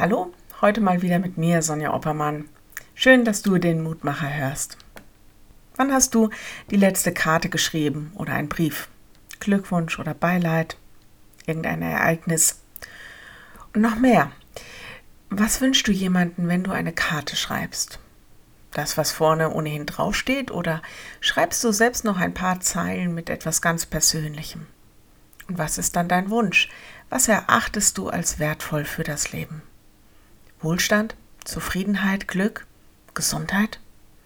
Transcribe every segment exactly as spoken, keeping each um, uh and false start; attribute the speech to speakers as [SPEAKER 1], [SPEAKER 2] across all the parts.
[SPEAKER 1] Hallo, heute mal wieder mit mir, Sonja Oppermann. Schön, dass du den Mutmacher hörst. Wann hast du die letzte Karte geschrieben oder einen Brief? Glückwunsch oder Beileid? Irgendein Ereignis? Und noch mehr. Was wünschst du jemandem, wenn du eine Karte schreibst? Das, was vorne ohnehin draufsteht, oder schreibst du selbst noch ein paar Zeilen mit etwas ganz Persönlichem? Und was ist dann dein Wunsch? Was erachtest du als wertvoll für das Leben? Wohlstand, Zufriedenheit, Glück, Gesundheit?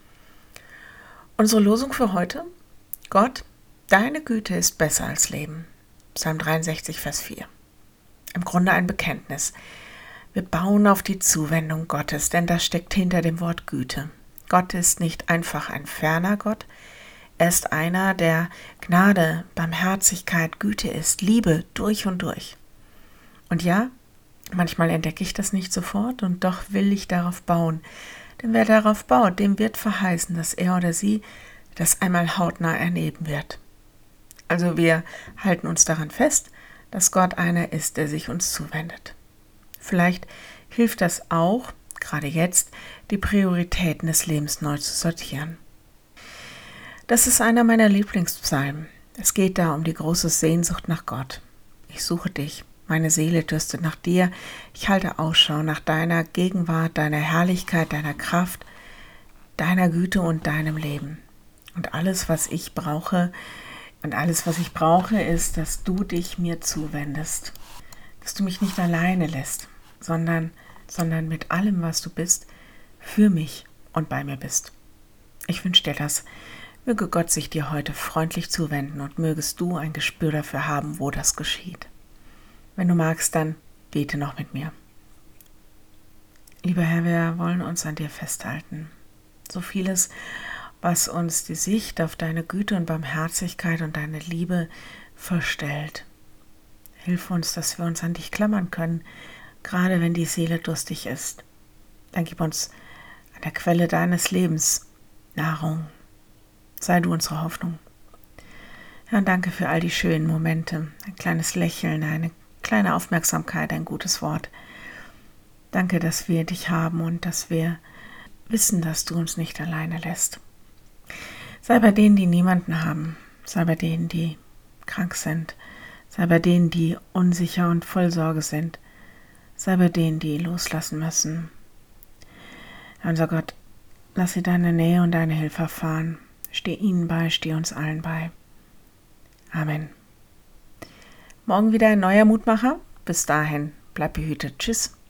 [SPEAKER 1] Unsere Losung für heute? Gott, deine Güte ist besser als Leben. Psalm dreiundsechzig, Vers vier. Im Grunde ein Bekenntnis. Wir bauen auf die Zuwendung Gottes, denn das steckt hinter dem Wort Güte. Gott ist nicht einfach ein ferner Gott. Er ist einer, der Gnade, Barmherzigkeit, Güte ist, Liebe durch und durch. Und ja, manchmal entdecke ich das nicht sofort und doch will ich darauf bauen. Denn wer darauf baut, dem wird verheißen, dass er oder sie das einmal hautnah erleben wird. Also wir halten uns daran fest, dass Gott einer ist, der sich uns zuwendet. Vielleicht hilft das auch, gerade jetzt, die Prioritäten des Lebens neu zu sortieren. Das ist einer meiner Lieblingspsalmen. Es geht da um die große Sehnsucht nach Gott. Ich suche dich. Meine Seele dürstet nach dir. Ich halte Ausschau nach deiner Gegenwart, deiner Herrlichkeit, deiner Kraft, deiner Güte und deinem Leben. Und alles, was ich brauche, und alles, was ich brauche, ist, dass du dich mir zuwendest. Dass du mich nicht alleine lässt, sondern, sondern mit allem, was du bist, für mich und bei mir bist. Ich wünsche dir das. Möge Gott sich dir heute freundlich zuwenden und mögest du ein Gespür dafür haben, wo das geschieht. Wenn du magst, dann bete noch mit mir. Lieber Herr, wir wollen uns an dir festhalten. So vieles, was uns die Sicht auf deine Güte und Barmherzigkeit und deine Liebe verstellt. Hilf uns, dass wir uns an dich klammern können, gerade wenn die Seele durstig ist. Dann gib uns an der Quelle deines Lebens Nahrung. Sei du unsere Hoffnung. Herr, danke für all die schönen Momente, ein kleines Lächeln, eine kleine Aufmerksamkeit, ein gutes Wort. Danke, dass wir dich haben und dass wir wissen, dass du uns nicht alleine lässt. Sei bei denen, die niemanden haben. Sei bei denen, die krank sind. Sei bei denen, die unsicher und voll Sorge sind. Sei bei denen, die loslassen müssen. Unser Gott, lass sie deine Nähe und deine Hilfe erfahren. Steh ihnen bei, steh uns allen bei. Amen. Morgen wieder ein neuer Mutmacher. Bis dahin, bleib behütet. Tschüss.